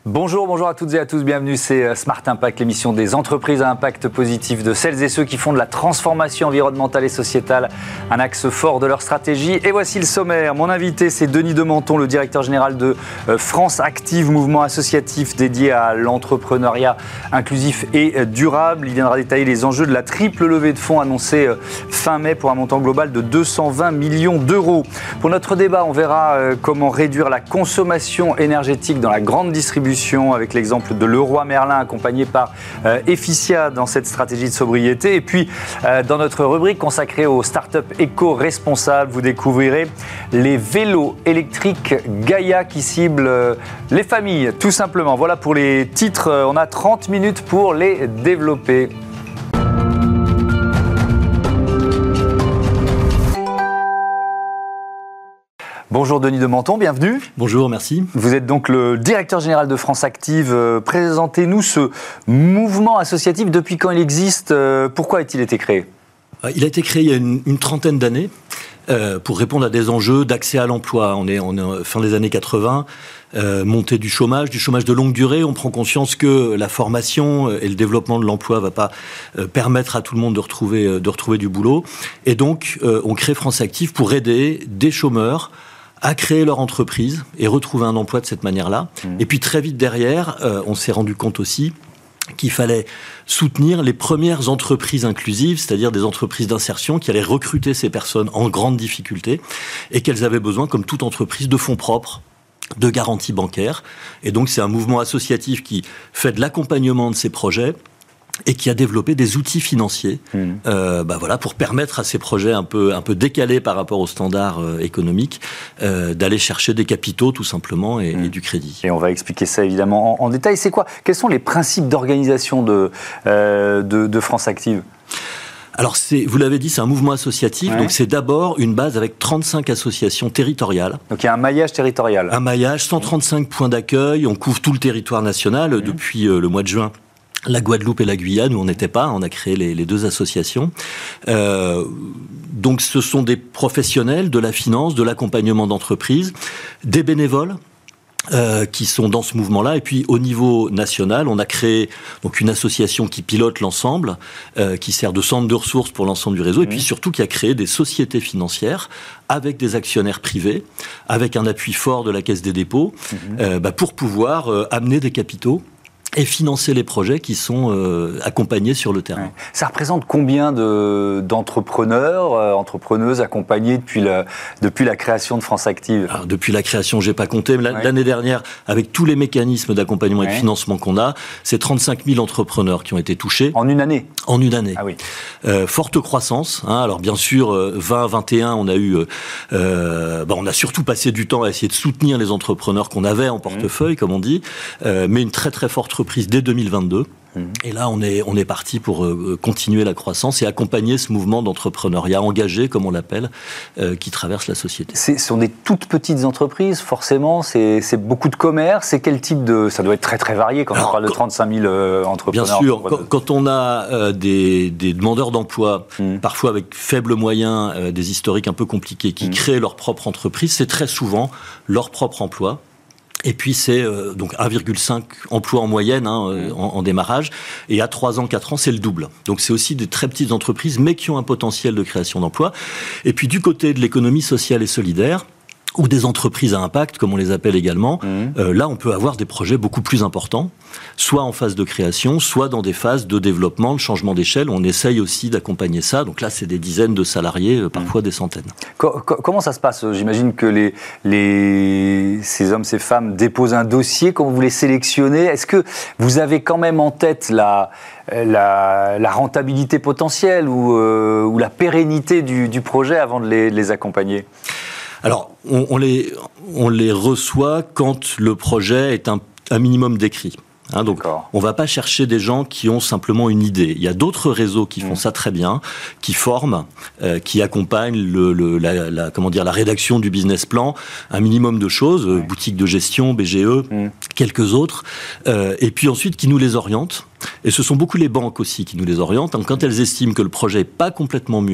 Bonjour à toutes et à tous, bienvenue, c'est Smart Impact, l'émission des entreprises à impact positif, de celles et ceux qui font de la transformation environnementale et sociétale un axe fort de leur stratégie. Et voici le sommaire. Mon invité, c'est Denis de Menton, le directeur général de France Active, mouvement associatif dédié à l'entrepreneuriat inclusif et durable. Il viendra détailler les enjeux de la triple levée de fonds annoncée fin mai pour un montant global de 220 millions d'euros. Pour notre débat, on verra comment réduire la consommation énergétique dans la grande distribution, avec l'exemple de Leroy Merlin accompagné par Efficia dans cette stratégie de sobriété. Et puis dans notre rubrique consacrée aux startups éco-responsables, vous découvrirez les vélos électriques Gaïa qui ciblent les familles tout simplement. Voilà pour les titres, on a 30 minutes pour les développer. Bonjour Denis de Menton, bienvenue. Bonjour, merci. Vous êtes donc le directeur général de France Active. Présentez-nous ce mouvement associatif. Depuis quand il existe ? Pourquoi a-t-il été créé ? Il a été créé il y a une trentaine d'années pour répondre à des enjeux d'accès à l'emploi. On est fin des années 80, montée du chômage de longue durée. On prend conscience que la formation et le développement de l'emploi ne va pas permettre à tout le monde de retrouver du boulot. Et donc, on crée France Active pour aider des chômeurs à créer leur entreprise et retrouver un emploi de cette manière-là. Et puis très vite derrière, on s'est rendu compte aussi qu'il fallait soutenir les premières entreprises inclusives, c'est-à-dire des entreprises d'insertion qui allaient recruter ces personnes en grande difficulté et qu'elles avaient besoin, comme toute entreprise, de fonds propres, de garanties bancaires. Et donc c'est un mouvement associatif qui fait de l'accompagnement de ces projets et qui a développé des outils financiers pour permettre à ces projets un peu décalés par rapport aux standards économiques d'aller chercher des capitaux tout simplement et du crédit. Et on va expliquer ça évidemment en détail. C'est quoi ? Quels sont les principes d'organisation de France Active ? Alors, vous l'avez dit, c'est un mouvement associatif. Ouais. Donc, c'est d'abord une base avec 35 associations territoriales. Donc, il y a un maillage territorial. Un maillage, 135 points d'accueil. On couvre tout le territoire national depuis le mois de juin. La Guadeloupe et la Guyane, où on n'était pas, on a créé les deux associations. Donc ce sont des professionnels de la finance, de l'accompagnement d'entreprises, des bénévoles qui sont dans ce mouvement-là. Et puis au niveau national, on a créé donc une association qui pilote l'ensemble, qui sert de centre de ressources pour l'ensemble du réseau, et puis surtout qui a créé des sociétés financières avec des actionnaires privés, avec un appui fort de la Caisse des dépôts, pour pouvoir amener des capitaux et financer les projets qui sont accompagnés sur le terrain. Ça représente combien d'entrepreneurs, entrepreneuses accompagnés depuis la création de France Active ? Alors, depuis la création, j'ai pas compté, mais l'année dernière, avec tous les mécanismes d'accompagnement et de financement qu'on a, c'est 35 000 entrepreneurs qui ont été touchés. En une année ? En une année. Ah oui. Forte croissance. Alors bien sûr, 2021, on a eu, on a surtout passé du temps à essayer de soutenir les entrepreneurs qu'on avait en portefeuille, comme on dit, mais une très très forte reprise dès 2022. Et là, on est parti pour continuer la croissance et accompagner ce mouvement d'entrepreneuriat engagé, comme on l'appelle, qui traverse la société. Ce sont des toutes petites entreprises, forcément. C'est beaucoup de commerce. C'est quel type de... Ça doit être très très varié quand on parle de 35 000 entrepreneurs. Bien sûr. Quand on a des demandeurs d'emploi, parfois avec faibles moyens, des historiques un peu compliqués, qui créent leur propre entreprise, c'est très souvent leur propre emploi. Et puis c'est donc 1,5 emplois en moyenne en démarrage, et à 3 ans, 4 ans, c'est le double. Donc c'est aussi des très petites entreprises, mais qui ont un potentiel de création d'emplois. Et puis du côté de l'économie sociale et solidaire, ou des entreprises à impact, comme on les appelle également, là on peut avoir des projets beaucoup plus importants, soit en phase de création, soit dans des phases de développement, de changement d'échelle. On essaye aussi d'accompagner ça. Donc là, c'est des dizaines de salariés, parfois des centaines. Comment ça se passe ? J'imagine que ces hommes, ces femmes déposent un dossier. Comment vous les sélectionnez ? Est-ce que vous avez quand même en tête la rentabilité potentielle ou la pérennité du projet avant de les accompagner ? Alors, on les reçoit quand le projet est un minimum décrit. Donc, on ne va pas chercher des gens qui ont simplement une idée. Il y a d'autres réseaux qui font ça très bien, qui forment, qui accompagnent la rédaction du business plan, un minimum de choses, boutique de gestion, BGE, quelques autres, et puis ensuite qui nous les orientent. Et ce sont beaucoup les banques aussi qui nous les orientent. Donc, quand elles estiment que le projet n'est pas complètement mûr,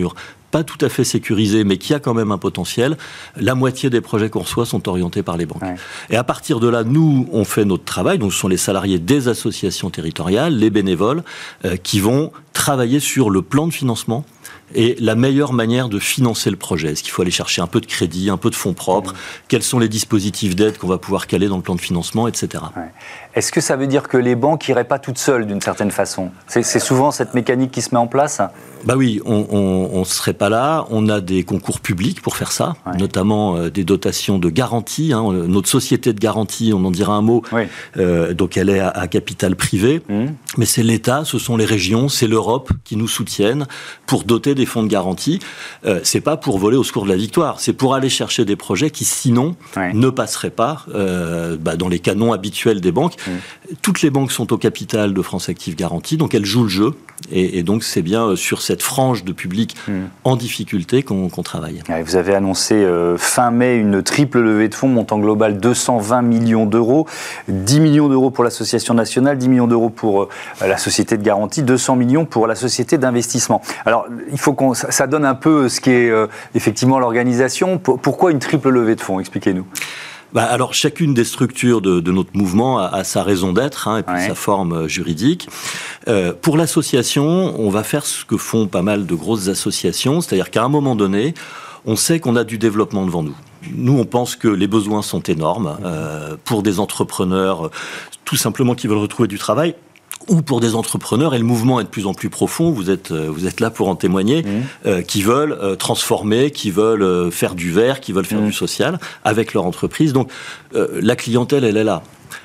pas tout à fait sécurisé, mais qui a quand même un potentiel, la moitié des projets qu'on reçoit sont orientés par les banques. Ouais. Et à partir de là, nous, on fait notre travail. Donc, ce sont les salariés des associations territoriales, les bénévoles, qui vont travailler sur le plan de financement et la meilleure manière de financer le projet. Est-ce qu'il faut aller chercher un peu de crédit, un peu de fonds propres? Quels sont les dispositifs d'aide qu'on va pouvoir caler dans le plan de financement, etc. Ouais. Est-ce que ça veut dire que les banques n'iraient pas toutes seules d'une certaine façon? C'est souvent cette mécanique qui se met en place? Bah oui, on ne serait pas là. On a des concours publics pour faire ça, notamment des dotations de garantie. Notre société de garantie, on en dira un mot, donc elle est à capital privé. Mais c'est l'État, ce sont les régions, c'est l'Europe qui nous soutiennent pour doter des fonds de garantie. C'est pas pour voler au secours de la victoire, c'est pour aller chercher des projets qui sinon ne passeraient pas dans les canons habituels des banques. Toutes les banques sont au capital de France Active Garantie, donc elles jouent le jeu. Et donc c'est bien sur cette frange de public en difficulté qu'on travaille. Vous avez annoncé fin mai une triple levée de fonds, montant global 220 millions d'euros, 10 millions d'euros pour l'association nationale, 10 millions d'euros pour la société de garantie, 200 millions pour la société d'investissement. Alors il faut ça donne un peu ce qui est effectivement l'organisation. Pourquoi une triple levée de fonds? Expliquez-nous. Alors, chacune des structures de notre mouvement a sa raison d'être et puis sa forme juridique. Pour l'association, on va faire ce que font pas mal de grosses associations, c'est-à-dire qu'à un moment donné, on sait qu'on a du développement devant nous. Nous, on pense que les besoins sont énormes pour des entrepreneurs, tout simplement qui veulent retrouver du travail, ou pour des entrepreneurs, et le mouvement est de plus en plus profond, vous êtes là pour en témoigner, qui veulent transformer, qui veulent faire du vert, qui veulent faire du social avec leur entreprise. Donc la clientèle, elle est là.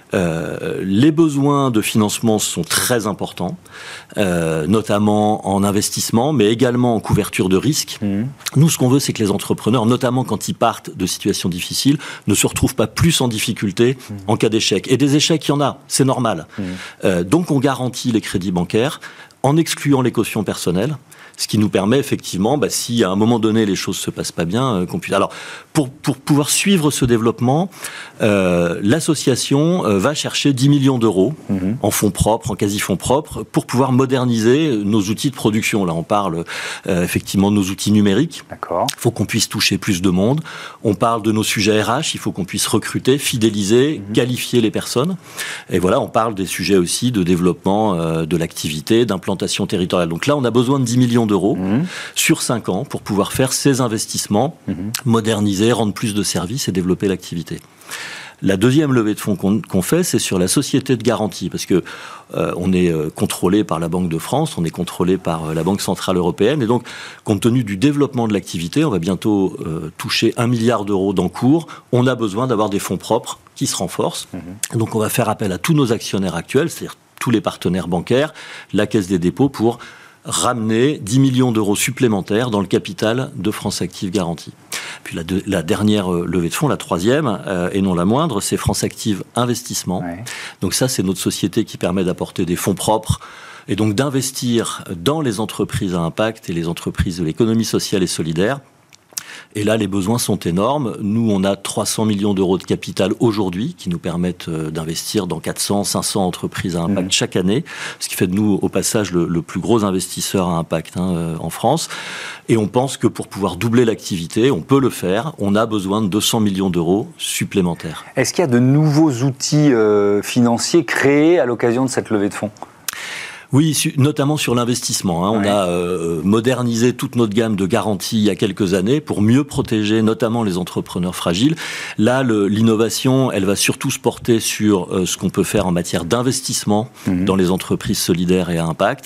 Les besoins de financement sont très importants, notamment en investissement, mais également en couverture de risque. Nous, ce qu'on veut, c'est que les entrepreneurs, notamment quand ils partent de situations difficiles, ne se retrouvent pas plus en difficulté en cas d'échec. Et des échecs, il y en a, c'est normal. Donc, on garantit les crédits bancaires en excluant les cautions personnelles. Ce qui nous permet effectivement, si à un moment donné les choses se passent pas bien, qu'on puisse. Alors, pour pouvoir suivre ce développement, l'association va chercher 10 millions d'euros en fonds propres, en quasi-fonds propres, pour pouvoir moderniser nos outils de production. Là, on parle effectivement de nos outils numériques. D'accord. Il faut qu'on puisse toucher plus de monde. On parle de nos sujets RH. Il faut qu'on puisse recruter, fidéliser, qualifier les personnes. Et voilà, on parle des sujets aussi de développement de l'activité, d'implantation territoriale. Donc là, on a besoin de 10 millions d'euros sur 5 ans pour pouvoir faire ces investissements, moderniser, rendre plus de services et développer l'activité. La deuxième levée de fonds qu'on fait, c'est sur la société de garantie, parce que on est contrôlé par la Banque de France, on est contrôlé par la Banque Centrale Européenne, et donc, compte tenu du développement de l'activité, on va bientôt toucher 1 milliard d'euros d'encours. On a besoin d'avoir des fonds propres qui se renforcent. Donc, on va faire appel à tous nos actionnaires actuels, c'est-à-dire tous les partenaires bancaires, la Caisse des dépôts, pour ramener 10 millions d'euros supplémentaires dans le capital de France Active Garantie. Puis la dernière levée de fonds, la troisième, et non la moindre, c'est France Active Investissement. Donc ça, c'est notre société qui permet d'apporter des fonds propres et donc d'investir dans les entreprises à impact et les entreprises de l'économie sociale et solidaire. Et là, les besoins sont énormes. Nous, on a 300 millions d'euros de capital aujourd'hui qui nous permettent d'investir dans 400, 500 entreprises à impact chaque année, ce qui fait de nous, au passage, le plus gros investisseur à impact en France. Et on pense que pour pouvoir doubler l'activité, on peut le faire. On a besoin de 200 millions d'euros supplémentaires. Est-ce qu'il y a de nouveaux outils financiers créés à l'occasion de cette levée de fonds ? Oui, notamment sur l'investissement. On a modernisé toute notre gamme de garanties il y a quelques années pour mieux protéger notamment les entrepreneurs fragiles. Là, l'innovation, elle va surtout se porter sur ce qu'on peut faire en matière d'investissement dans les entreprises solidaires et à impact.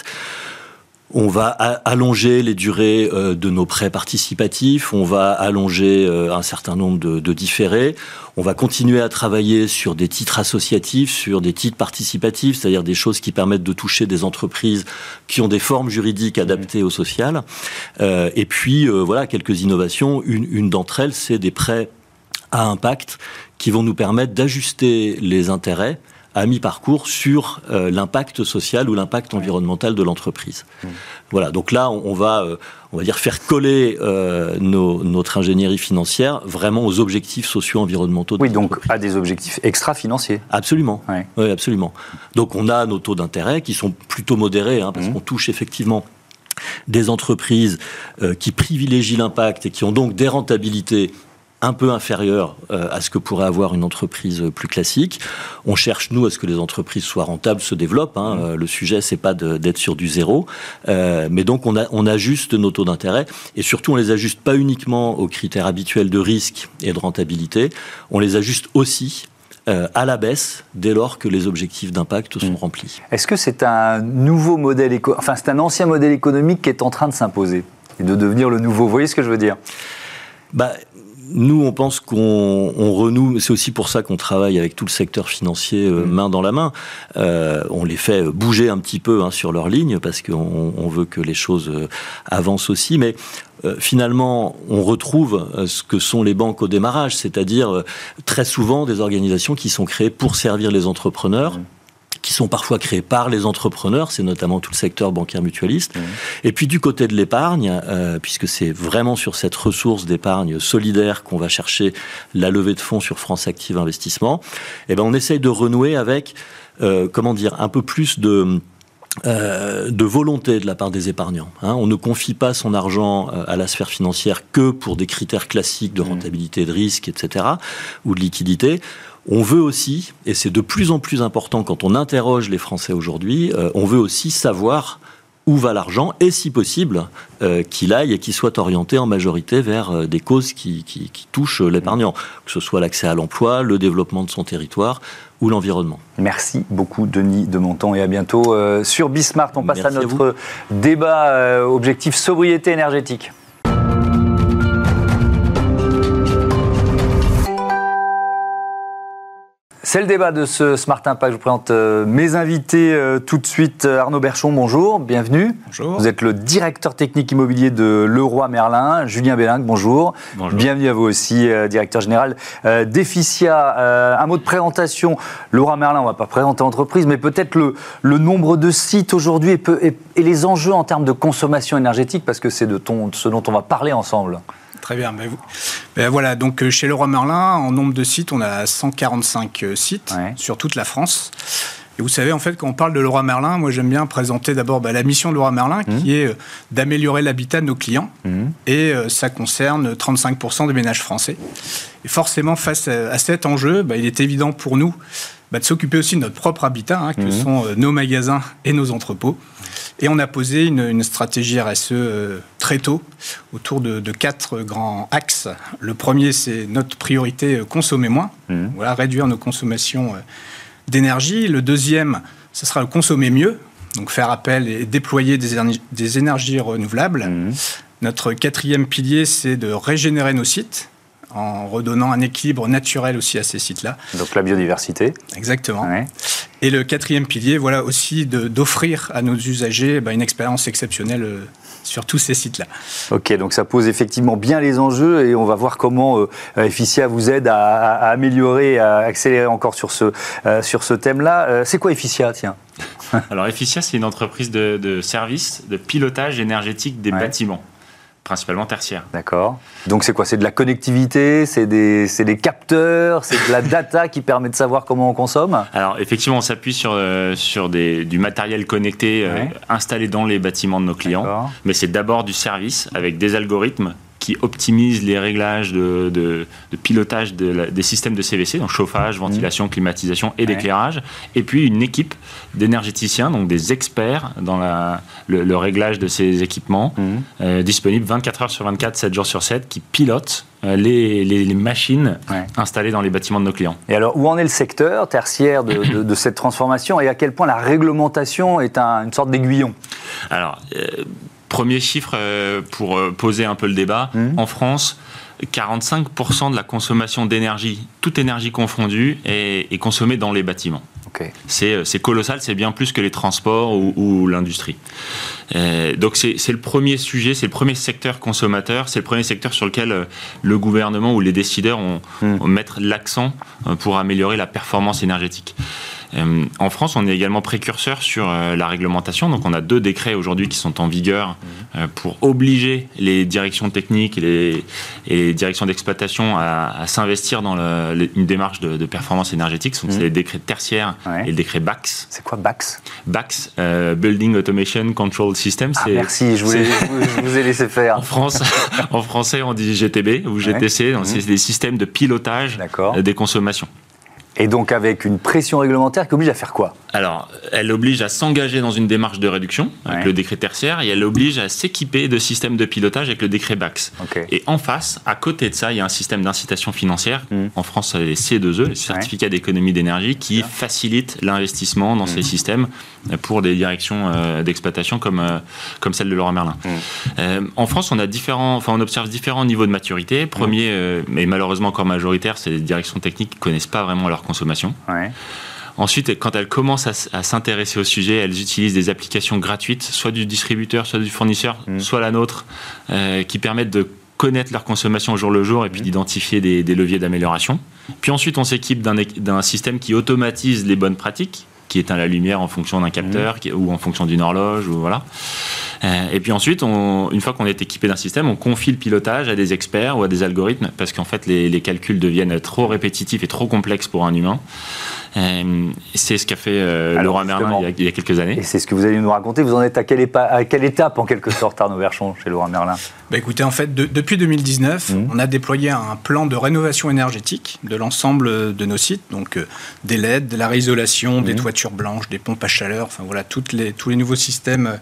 On va allonger les durées de nos prêts participatifs, on va allonger un certain nombre de différés, on va continuer à travailler sur des titres associatifs, sur des titres participatifs, c'est-à-dire des choses qui permettent de toucher des entreprises qui ont des formes juridiques adaptées au social. Et puis, voilà, quelques innovations. Une d'entre elles, c'est des prêts à impact qui vont nous permettre d'ajuster les intérêts à mi-parcours sur l'impact social ou l'impact environnemental de l'entreprise. Voilà, donc là, on va dire faire coller notre ingénierie financière vraiment aux objectifs socio-environnementaux de l'entreprise. Donc à des objectifs extra-financiers. Absolument, oui, absolument. Donc on a nos taux d'intérêt qui sont plutôt modérés, parce qu'on touche effectivement des entreprises qui privilégient l'impact et qui ont donc des rentabilités un peu inférieures à ce que pourrait avoir une entreprise plus classique. On cherche, nous, à ce que les entreprises soient rentables, se développent. Le sujet, c'est pas d'être sur du zéro. Mais donc, on ajuste nos taux d'intérêt. Et surtout, on les ajuste pas uniquement aux critères habituels de risque et de rentabilité. On les ajuste aussi à la baisse dès lors que les objectifs d'impact sont remplis. Est-ce que c'est un nouveau modèle c'est un ancien modèle économique qui est en train de s'imposer et de devenir le nouveau? Vous voyez ce que je veux dire? Nous, on pense qu'on renoue, c'est aussi pour ça qu'on travaille avec tout le secteur financier main dans la main. On les fait bouger un petit peu sur leur ligne parce qu'on veut que les choses avancent aussi, mais finalement, on retrouve ce que sont les banques au démarrage, c'est-à-dire très souvent des organisations qui sont créées pour servir les entrepreneurs, qui sont parfois créés par les entrepreneurs, c'est notamment tout le secteur bancaire mutualiste. Et puis du côté de l'épargne, puisque c'est vraiment sur cette ressource d'épargne solidaire qu'on va chercher la levée de fonds sur France Active Investissement, on essaye de renouer avec, un peu plus de volonté de la part des épargnants. On ne confie pas son argent à la sphère financière que pour des critères classiques de rentabilité, de risque, etc., ou de liquidité. On veut aussi, et c'est de plus en plus important quand on interroge les Français aujourd'hui, on veut aussi savoir où va l'argent et, si possible, qu'il aille et qu'il soit orienté en majorité vers des causes qui touchent l'épargnant, que ce soit l'accès à l'emploi, le développement de son territoire ou l'environnement. Merci beaucoup Denis Demontant et à bientôt sur Bismart. On passe à notre débat objectif sobriété énergétique. C'est le débat de ce Smart Impact. Je vous présente mes invités tout de suite. Arnaud Berchon, bonjour, bienvenue. Bonjour. Vous êtes le directeur technique immobilier de Leroy Merlin. Julien Bellingue, bonjour. Bonjour. Bienvenue à vous aussi, directeur général d'Efficia. Un mot de présentation. Leroy Merlin, on ne va pas présenter l'entreprise, mais peut-être le nombre de sites aujourd'hui et les enjeux en termes de consommation énergétique, parce que c'est de ce dont on va parler ensemble. Très bien. Voilà, donc chez Leroy Merlin, en nombre de sites, on a 145 sites sur toute la France. Et vous savez, en fait, quand on parle de Leroy Merlin, moi j'aime bien présenter d'abord la mission de Leroy Merlin, qui est d'améliorer l'habitat de nos clients. Et ça concerne 35% des ménages français. Et forcément, face à cet enjeu, il est évident pour nous de s'occuper aussi de notre propre habitat, que sont nos magasins et nos entrepôts. Et on a posé une stratégie RSE très tôt, autour de 4 grands axes. Le premier, c'est notre priorité consommer moins, voilà, réduire nos consommations d'énergie. Le deuxième, ce sera le consommer mieux, donc faire appel et déployer des énergies renouvelables. Notre quatrième pilier, c'est de régénérer nos sites, en redonnant un équilibre naturel aussi à ces sites-là. Donc la biodiversité. Exactement. Ouais. Et le quatrième pilier, voilà aussi d'offrir à nos usagers une expérience exceptionnelle sur tous ces sites-là. Ok, donc ça pose effectivement bien les enjeux et on va voir comment Efficia vous aide à améliorer, à accélérer encore sur ce thème-là. C'est quoi Efficia, tiens ? Alors Efficia, c'est une entreprise de services de pilotage énergétique des bâtiments, principalement tertiaires. D'accord. Donc c'est quoi ? C'est de la connectivité, c'est des capteurs, c'est de la data qui permet de savoir comment on consomme ? Alors effectivement, on s'appuie sur du matériel connecté installé dans les bâtiments de nos clients. D'accord. Mais c'est d'abord du service avec des algorithmes qui optimisent les réglages de pilotage des systèmes de CVC, donc chauffage, ventilation, climatisation et d'éclairage, et puis une équipe d'énergéticiens, donc des experts dans le réglage de ces équipements, disponibles 24 heures sur 24, 7 jours sur 7, qui pilotent les machines installées dans les bâtiments de nos clients. Et alors, où en est le secteur tertiaire de cette transformation et à quel point la réglementation est une sorte d'aiguillon ? Alors, premier chiffre pour poser un peu le débat. En France, 45% de la consommation d'énergie, toute énergie confondue, est consommée dans les bâtiments. Okay. C'est colossal, c'est bien plus que les transports ou l'industrie. Donc c'est le premier sujet, c'est le premier secteur consommateur, c'est le premier secteur sur lequel le gouvernement ou les décideurs vont mettre l'accent pour améliorer la performance énergétique. En France, on est également précurseur sur la réglementation. Donc, on a 2 décrets aujourd'hui qui sont en vigueur pour obliger les directions techniques et les directions d'exploitation à s'investir dans une démarche de performance énergétique. C'est les décrets tertiaires et le décret BACS. C'est quoi BACS? BACS, Building Automation Control System. Merci, je vous ai laissé faire. En français, on dit GTB ou GTC. Donc c'est des systèmes de pilotage des consommations. Et donc avec une pression réglementaire qui oblige à faire quoi? Alors, elle oblige à s'engager dans une démarche de réduction avec le décret tertiaire et elle oblige à s'équiper de systèmes de pilotage avec le décret BACS. Et en face, à côté de ça, il y a un système d'incitation financière. En France, c'est les C2E, les certificats d'économie d'énergie, qui facilitent l'investissement dans ces systèmes pour des directions d'exploitation comme celle de Leroy Merlin. En France, on observe différents niveaux de maturité. Premier, mais malheureusement encore majoritaire, c'est les directions techniques qui ne connaissent pas vraiment leur consommation. Ensuite, quand elles commencent à s'intéresser au sujet, elles utilisent des applications gratuites, soit du distributeur, soit du fournisseur, soit la nôtre, qui permettent de connaître leur consommation au jour le jour et puis d'identifier des leviers d'amélioration. Puis ensuite, on s'équipe d'un système qui automatise les bonnes pratiques, qui éteint la lumière en fonction d'un capteur ou en fonction d'une horloge, ou voilà. Et puis ensuite, une fois qu'on est équipé d'un système, on confie le pilotage à des experts ou à des algorithmes, parce qu'en fait, les calculs deviennent trop répétitifs et trop complexes pour un humain. C'est ce qu'a fait Leroy Merlin il y a quelques années. Et c'est ce que vous allez nous raconter. Vous en êtes à quelle étape, en quelque sorte, Arnaud Verchon, chez Leroy Merlin? Écoutez, en fait, depuis 2019, on a déployé un plan de rénovation énergétique de l'ensemble de nos sites, donc des LED, de la réisolation, des toitures blanches, des pompes à chaleur, enfin voilà, tous les nouveaux systèmes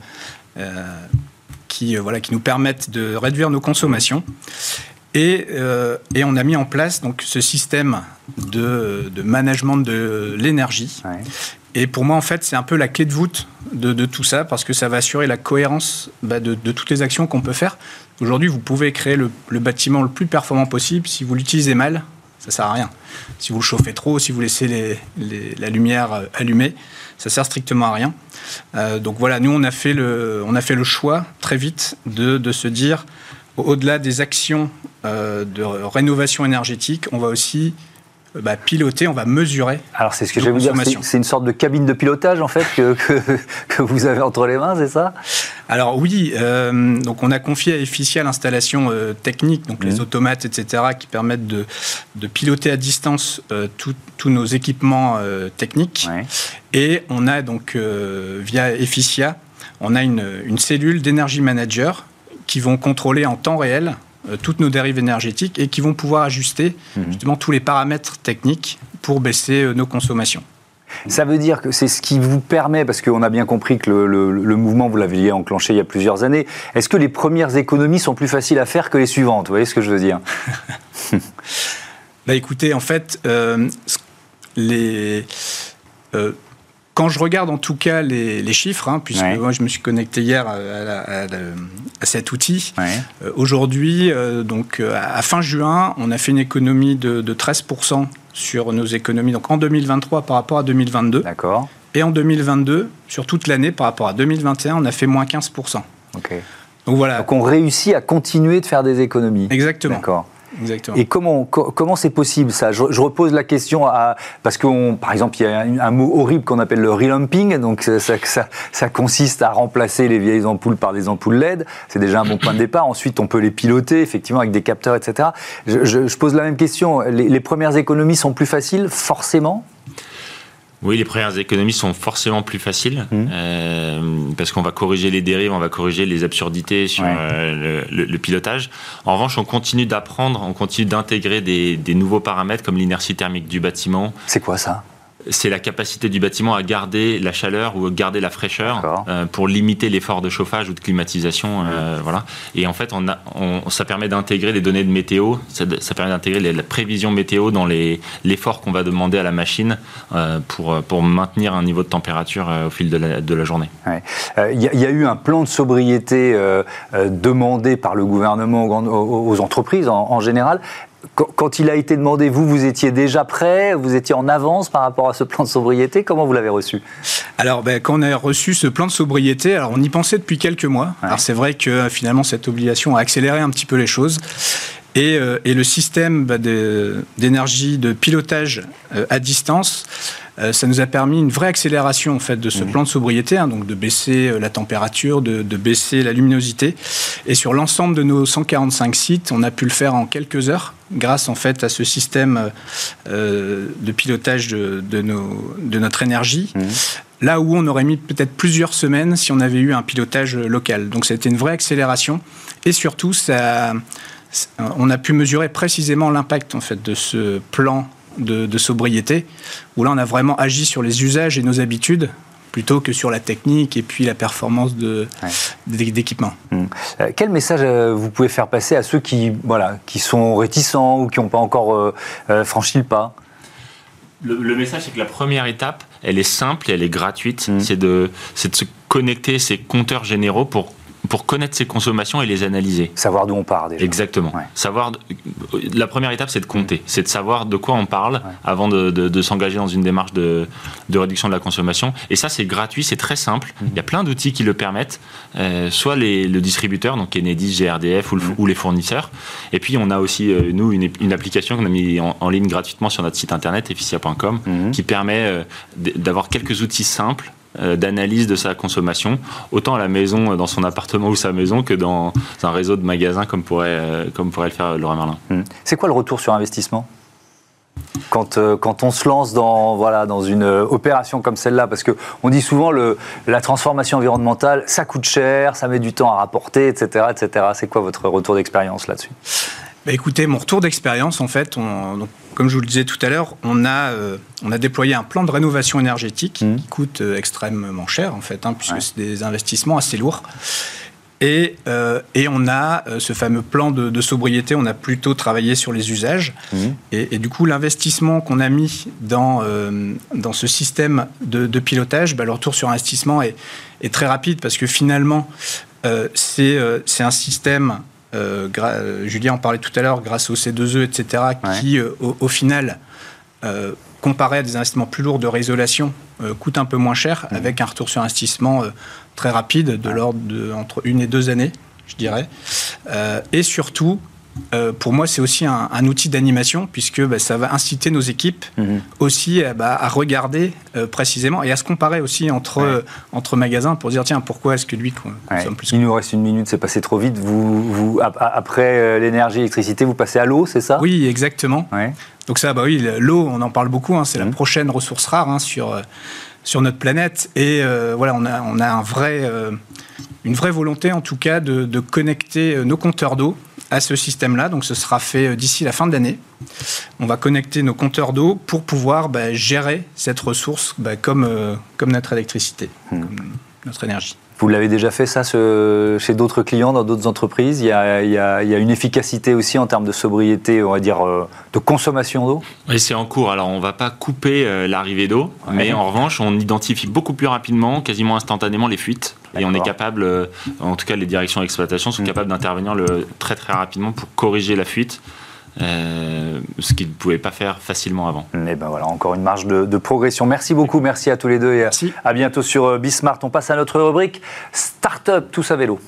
qui nous permettent de réduire nos consommations. Et on a mis en place donc ce système de management de l'énergie. Et pour moi, en fait, c'est un peu la clé de voûte de tout ça, parce que ça va assurer la cohérence de toutes les actions qu'on peut faire. Aujourd'hui, vous pouvez créer le bâtiment le plus performant possible. Si vous l'utilisez mal, ça ne sert à rien. Si vous le chauffez trop, si vous laissez la lumière allumée, ça ne sert strictement à rien. Donc voilà, nous, on a fait le choix très vite de se dire, au-delà des actions de rénovation énergétique, on va aussi piloter, on va mesurer. Alors c'est ce que je vais vous dire, c'est une sorte de cabine de pilotage en fait que vous avez entre les mains, c'est ça? Alors oui, donc on a confié à Efficia l'installation technique, donc les automates, etc., qui permettent de piloter à distance tous nos équipements techniques. Et on a donc, via Efficia, on a une cellule d'énergie manager qui vont contrôler en temps réel toutes nos dérives énergétiques et qui vont pouvoir ajuster justement tous les paramètres techniques pour baisser nos consommations. Ça veut dire que c'est ce qui vous permet, parce qu'on a bien compris que le mouvement, vous l'aviez enclenché il y a plusieurs années, est-ce que les premières économies sont plus faciles à faire que les suivantes? Vous voyez ce que je veux dire? Écoutez, en fait, quand je regarde en tout cas les chiffres, puisque moi je me suis connecté hier à cet outil, aujourd'hui, donc à fin juin, on a fait une économie de 13% sur nos économies, donc en 2023 par rapport à 2022. D'accord. Et en 2022, sur toute l'année par rapport à 2021, on a fait moins 15%. Ok. Donc voilà. Donc on réussit à continuer de faire des économies. Exactement. D'accord. Exactement. Et comment c'est possible ça? Je repose la question parce que par exemple il y a un mot horrible qu'on appelle le relumping, donc ça consiste à remplacer les vieilles ampoules par des ampoules LED. C'est déjà un bon point de départ. Ensuite on peut les piloter effectivement avec des capteurs, etc. Je pose la même question. Les premières économies sont plus faciles forcément? Oui, les premières économies sont forcément plus faciles parce qu'on va corriger les dérives, on va corriger les absurdités sur le pilotage. En revanche, on continue d'apprendre, on continue d'intégrer des nouveaux paramètres comme l'inertie thermique du bâtiment. C'est quoi ça? C'est la capacité du bâtiment à garder la chaleur ou à garder la fraîcheur pour limiter l'effort de chauffage ou de climatisation. Voilà. Et en fait, ça permet d'intégrer les données de météo, ça permet d'intégrer la prévision météo dans l'effort qu'on va demander à la machine pour maintenir un niveau de température au fil de la journée. Il y a eu un plan de sobriété demandé par le gouvernement aux entreprises en général. Quand il a été demandé, vous étiez déjà prêt, vous étiez en avance par rapport à ce plan de sobriété. Comment vous l'avez reçu? Alors, quand on a reçu ce plan de sobriété, alors on y pensait depuis quelques mois. Alors c'est vrai que finalement cette obligation a accéléré un petit peu les choses. Et le système d'énergie, de pilotage à distance, ça nous a permis une vraie accélération en fait, de ce plan de sobriété, donc de baisser la température, de baisser la luminosité. Et sur l'ensemble de nos 145 sites, on a pu le faire en quelques heures, grâce en fait à ce système de pilotage de notre énergie. Là où on aurait mis peut-être plusieurs semaines si on avait eu un pilotage local. Donc c'était une vraie accélération. Et surtout, on a pu mesurer précisément l'impact en fait, de ce plan de sobriété, où là on a vraiment agi sur les usages et nos habitudes plutôt que sur la technique et puis la performance d'équipement. Quel message vous pouvez faire passer à ceux qui sont réticents ou qui n'ont pas encore franchi le pas ? Le message, c'est que la première étape, elle est simple et elle est gratuite. C'est de se connecter ces compteurs généraux pour connaître ses consommations et les analyser. Savoir d'où on part déjà. Exactement. La première étape, c'est de compter. C'est de savoir de quoi on parle avant de s'engager dans une démarche de réduction de la consommation. Et ça, c'est gratuit, c'est très simple. Il y a plein d'outils qui le permettent. Soit le distributeur, donc Enedis, GRDF ou les fournisseurs. Et puis, on a aussi, nous, une application qu'on a mis en ligne gratuitement sur notre site internet, efficia.com, qui permet d'avoir quelques outils simples d'analyse de sa consommation, autant à la maison, dans son appartement ou sa maison, que dans un réseau de magasins comme pourrait le faire Leroy Merlin. C'est quoi le retour sur investissement quand on se lance dans une opération comme celle-là? Parce qu'on dit souvent la transformation environnementale, ça coûte cher, ça met du temps à rapporter, etc. etc. C'est quoi votre retour d'expérience là-dessus? Écoutez, mon retour d'expérience, en fait, donc, comme je vous le disais tout à l'heure, on a déployé un plan de rénovation énergétique qui coûte extrêmement cher, en fait, puisque c'est des investissements assez lourds. Et on a ce fameux plan de sobriété, on a plutôt travaillé sur les usages. Et du coup, l'investissement qu'on a mis dans ce système de pilotage, le retour sur investissement est très rapide, parce que finalement, c'est un système... Julien en parlait tout à l'heure, grâce au C2E, etc., qui, au final, comparé à des investissements plus lourds de réisolation, coûte un peu moins cher, avec un retour sur investissement très rapide, de l'ordre entre 1 et 2 années, je dirais. Et surtout, pour moi, c'est aussi un outil d'animation, puisque ça va inciter nos équipes aussi à regarder précisément et à se comparer aussi entre magasins pour dire, tiens, pourquoi est-ce que lui consomme plus? Il nous reste 1 minute, c'est passé trop vite. Vous après l'énergie, l'électricité, vous passez à l'eau, c'est ça? Oui, exactement. Donc ça, l'eau, on en parle beaucoup, c'est la prochaine ressource rare sur notre planète. Et on a une vraie volonté, en tout cas, de connecter nos compteurs d'eau à ce système-là. Donc, ce sera fait d'ici la fin de l'année. On va connecter nos compteurs d'eau pour pouvoir gérer cette ressource comme notre électricité, comme notre énergie. Vous l'avez déjà fait ça chez d'autres clients, dans d'autres entreprises? Il y a une efficacité aussi en termes de sobriété, on va dire, de consommation d'eau? Oui, c'est en cours. Alors, on ne va pas couper l'arrivée d'eau, mais en revanche, on identifie beaucoup plus rapidement, quasiment instantanément, les fuites. Et on est capable, en tout cas les directions d'exploitation sont capables d'intervenir très très rapidement pour corriger la fuite. Ce qu'ils ne pouvaient pas faire facilement avant. Et encore une marge de progression. Merci beaucoup, merci à tous les deux et à bientôt sur Bismart. On passe à notre rubrique Start-up tous à vélo.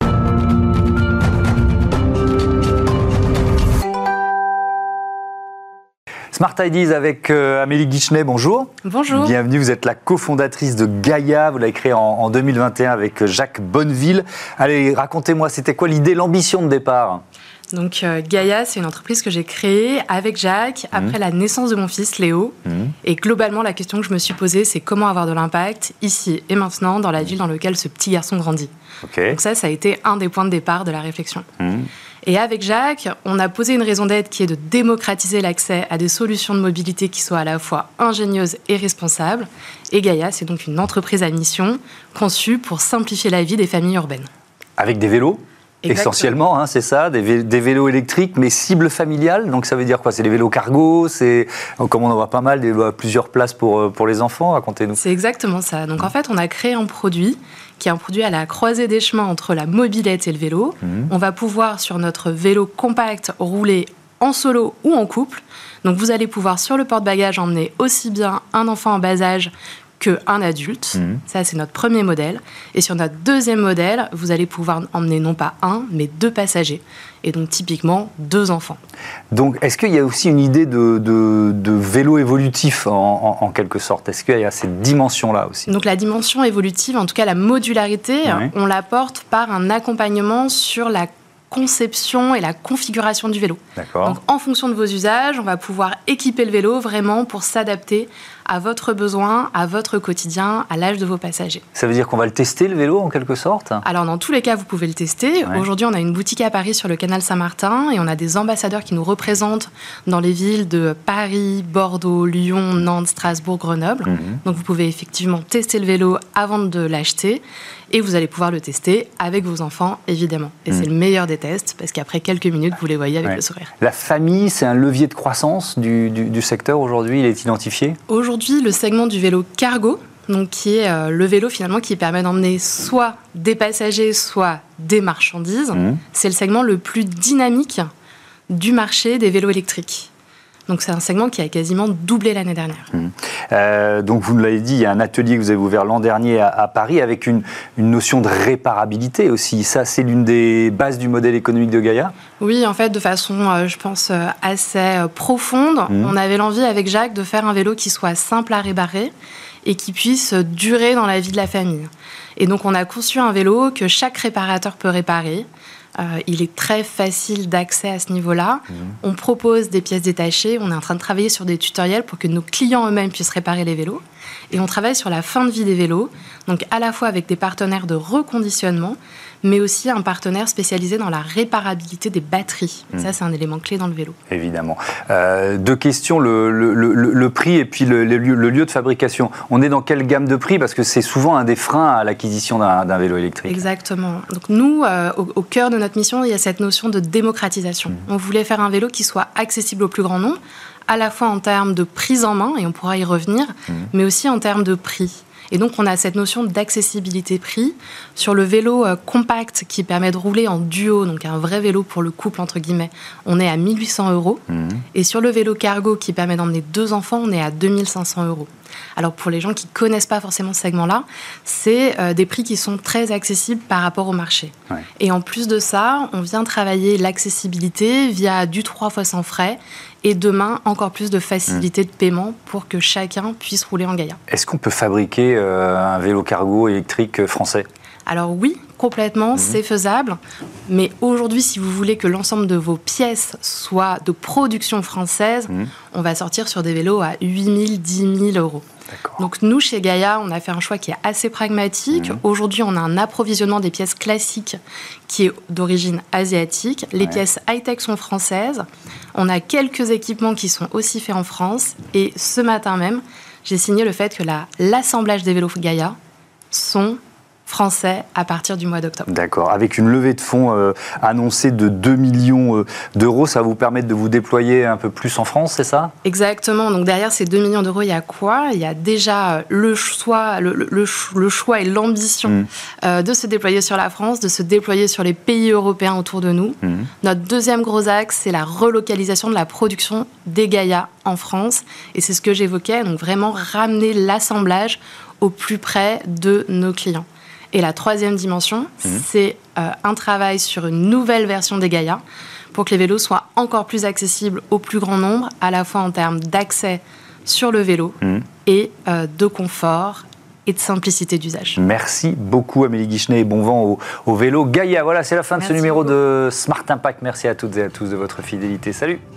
Smart Ideas avec Amélie Guichenet, bonjour. Bonjour. Bienvenue, vous êtes la cofondatrice de Gaïa, vous l'avez créée en 2021 avec Jacques Bonneville. Allez, racontez-moi, c'était quoi l'idée, l'ambition de départ? Donc Gaïa, c'est une entreprise que j'ai créée avec Jacques après la naissance de mon fils Léo. Et globalement, la question que je me suis posée, c'est comment avoir de l'impact ici et maintenant dans la ville dans laquelle ce petit garçon grandit. Donc ça a été un des points de départ de la réflexion. Et avec Jacques, on a posé une raison d'être qui est de démocratiser l'accès à des solutions de mobilité qui soient à la fois ingénieuses et responsables. Et Gaïa, c'est donc une entreprise à mission conçue pour simplifier la vie des familles urbaines. Avec des vélos? Exactement. Essentiellement, c'est ça, des vélos électriques, mais cible familiale. Donc ça veut dire quoi? C'est des vélos cargo, comme on en voit pas mal, plusieurs places pour les enfants. Racontez-nous. C'est exactement ça. Donc en fait, on a créé un produit qui est un produit à la croisée des chemins entre la mobilette et le vélo. On va pouvoir, sur notre vélo compact, rouler en solo ou en couple. Donc vous allez pouvoir, sur le porte-bagages, emmener aussi bien un enfant en bas âge qu'un adulte. Ça, c'est notre premier modèle. Et sur notre deuxième modèle, vous allez pouvoir emmener non pas un, mais 2 passagers. Et donc, typiquement, 2 enfants. Donc, est-ce qu'il y a aussi une idée de vélo évolutif, en quelque sorte? Est-ce qu'il y a cette dimension-là aussi? Donc, la dimension évolutive, en tout cas la modularité, on l'apporte par un accompagnement sur la conception et la configuration du vélo. D'accord. Donc, en fonction de vos usages, on va pouvoir équiper le vélo vraiment pour s'adapter à votre besoin, à votre quotidien, à l'âge de vos passagers. Ça veut dire qu'on va le tester, le vélo, en quelque sorte? Alors, dans tous les cas, vous pouvez le tester. Ouais. Aujourd'hui, on a une boutique à Paris sur le canal Saint-Martin et on a des ambassadeurs qui nous représentent dans les villes de Paris, Bordeaux, Lyon, Nantes, Strasbourg, Grenoble. Donc, vous pouvez effectivement tester le vélo avant de l'acheter et vous allez pouvoir le tester avec vos enfants, évidemment. Et c'est le meilleur des tests parce qu'après quelques minutes, vous les voyez avec le sourire. La famille, c'est un levier de croissance du secteur aujourd'hui, il est identifié? Aujourd'hui, le segment du vélo cargo, donc qui est le vélo finalement qui permet d'emmener soit des passagers, soit des marchandises, c'est le segment le plus dynamique du marché des vélos électriques. Donc c'est un segment qui a quasiment doublé l'année dernière. Donc vous nous l'avez dit, il y a un atelier que vous avez ouvert l'an dernier à Paris avec une notion de réparabilité aussi. Ça, c'est l'une des bases du modèle économique de Gaïa? Oui, en fait, de façon, je pense, assez profonde. On avait l'envie avec Jacques de faire un vélo qui soit simple à réparer et qui puisse durer dans la vie de la famille. Et donc on a conçu un vélo que chaque réparateur peut réparer. Il est très facile d'accès à ce niveau-là. On propose des pièces détachées. On est en train de travailler sur des tutoriels pour que nos clients eux-mêmes puissent réparer les vélos. Et on travaille sur la fin de vie des vélos, donc à la fois avec des partenaires de reconditionnement, mais aussi un partenaire spécialisé dans la réparabilité des batteries. Ça, c'est un élément clé dans le vélo. Évidemment. 2 questions, le prix et puis le lieu de fabrication. On est dans quelle gamme de prix? Parce que c'est souvent un des freins à l'acquisition d'un vélo électrique. Exactement. Donc nous, au cœur de notre mission, il y a cette notion de démocratisation. On voulait faire un vélo qui soit accessible au plus grand nombre, à la fois en termes de prise en main, et on pourra y revenir, mais aussi en termes de prix. Et donc, on a cette notion d'accessibilité-prix. Sur le vélo compact qui permet de rouler en duo, donc un vrai vélo pour le couple, entre guillemets, on est à 1 800 €. Et sur le vélo cargo qui permet d'emmener 2 enfants, on est à 2 500 €. Alors, pour les gens qui ne connaissent pas forcément ce segment-là, c'est des prix qui sont très accessibles par rapport au marché. Ouais. Et en plus de ça, on vient travailler l'accessibilité via du 3 fois sans frais et demain, encore plus de facilité de paiement pour que chacun puisse rouler en Gaïa. Est-ce qu'on peut fabriquer un vélo cargo électrique français ? Alors oui, complètement, c'est faisable. Mais aujourd'hui, si vous voulez que l'ensemble de vos pièces soient de production française, on va sortir sur des vélos à 8 000, 10 000 €. D'accord. Donc nous, chez Gaïa, on a fait un choix qui est assez pragmatique. Aujourd'hui, on a un approvisionnement des pièces classiques qui est d'origine asiatique. Les pièces high-tech sont françaises. On a quelques équipements qui sont aussi faits en France. Et ce matin même, j'ai signé le fait que l'assemblage des vélos Gaïa sont français à partir du mois d'octobre. D'accord. Avec une levée de fonds annoncée de 2 millions d'euros, ça va vous permettre de vous déployer un peu plus en France, c'est ça ? Exactement. Donc derrière ces 2 millions d'euros, il y a quoi ? Il y a déjà le choix et l'ambition de se déployer sur la France, de se déployer sur les pays européens autour de nous. Notre deuxième gros axe, c'est la relocalisation de la production des Gaïa en France. Et c'est ce que j'évoquais, donc vraiment ramener l'assemblage au plus près de nos clients. Et la troisième dimension, c'est un travail sur une nouvelle version des Gaïa pour que les vélos soient encore plus accessibles au plus grand nombre, à la fois en termes d'accès sur le vélo et de confort et de simplicité d'usage. Merci beaucoup Amélie Guichenet et bon vent au vélo Gaïa. Voilà, c'est la fin de ce numéro de Smart Impact. Merci à toutes et à tous de votre fidélité. Salut.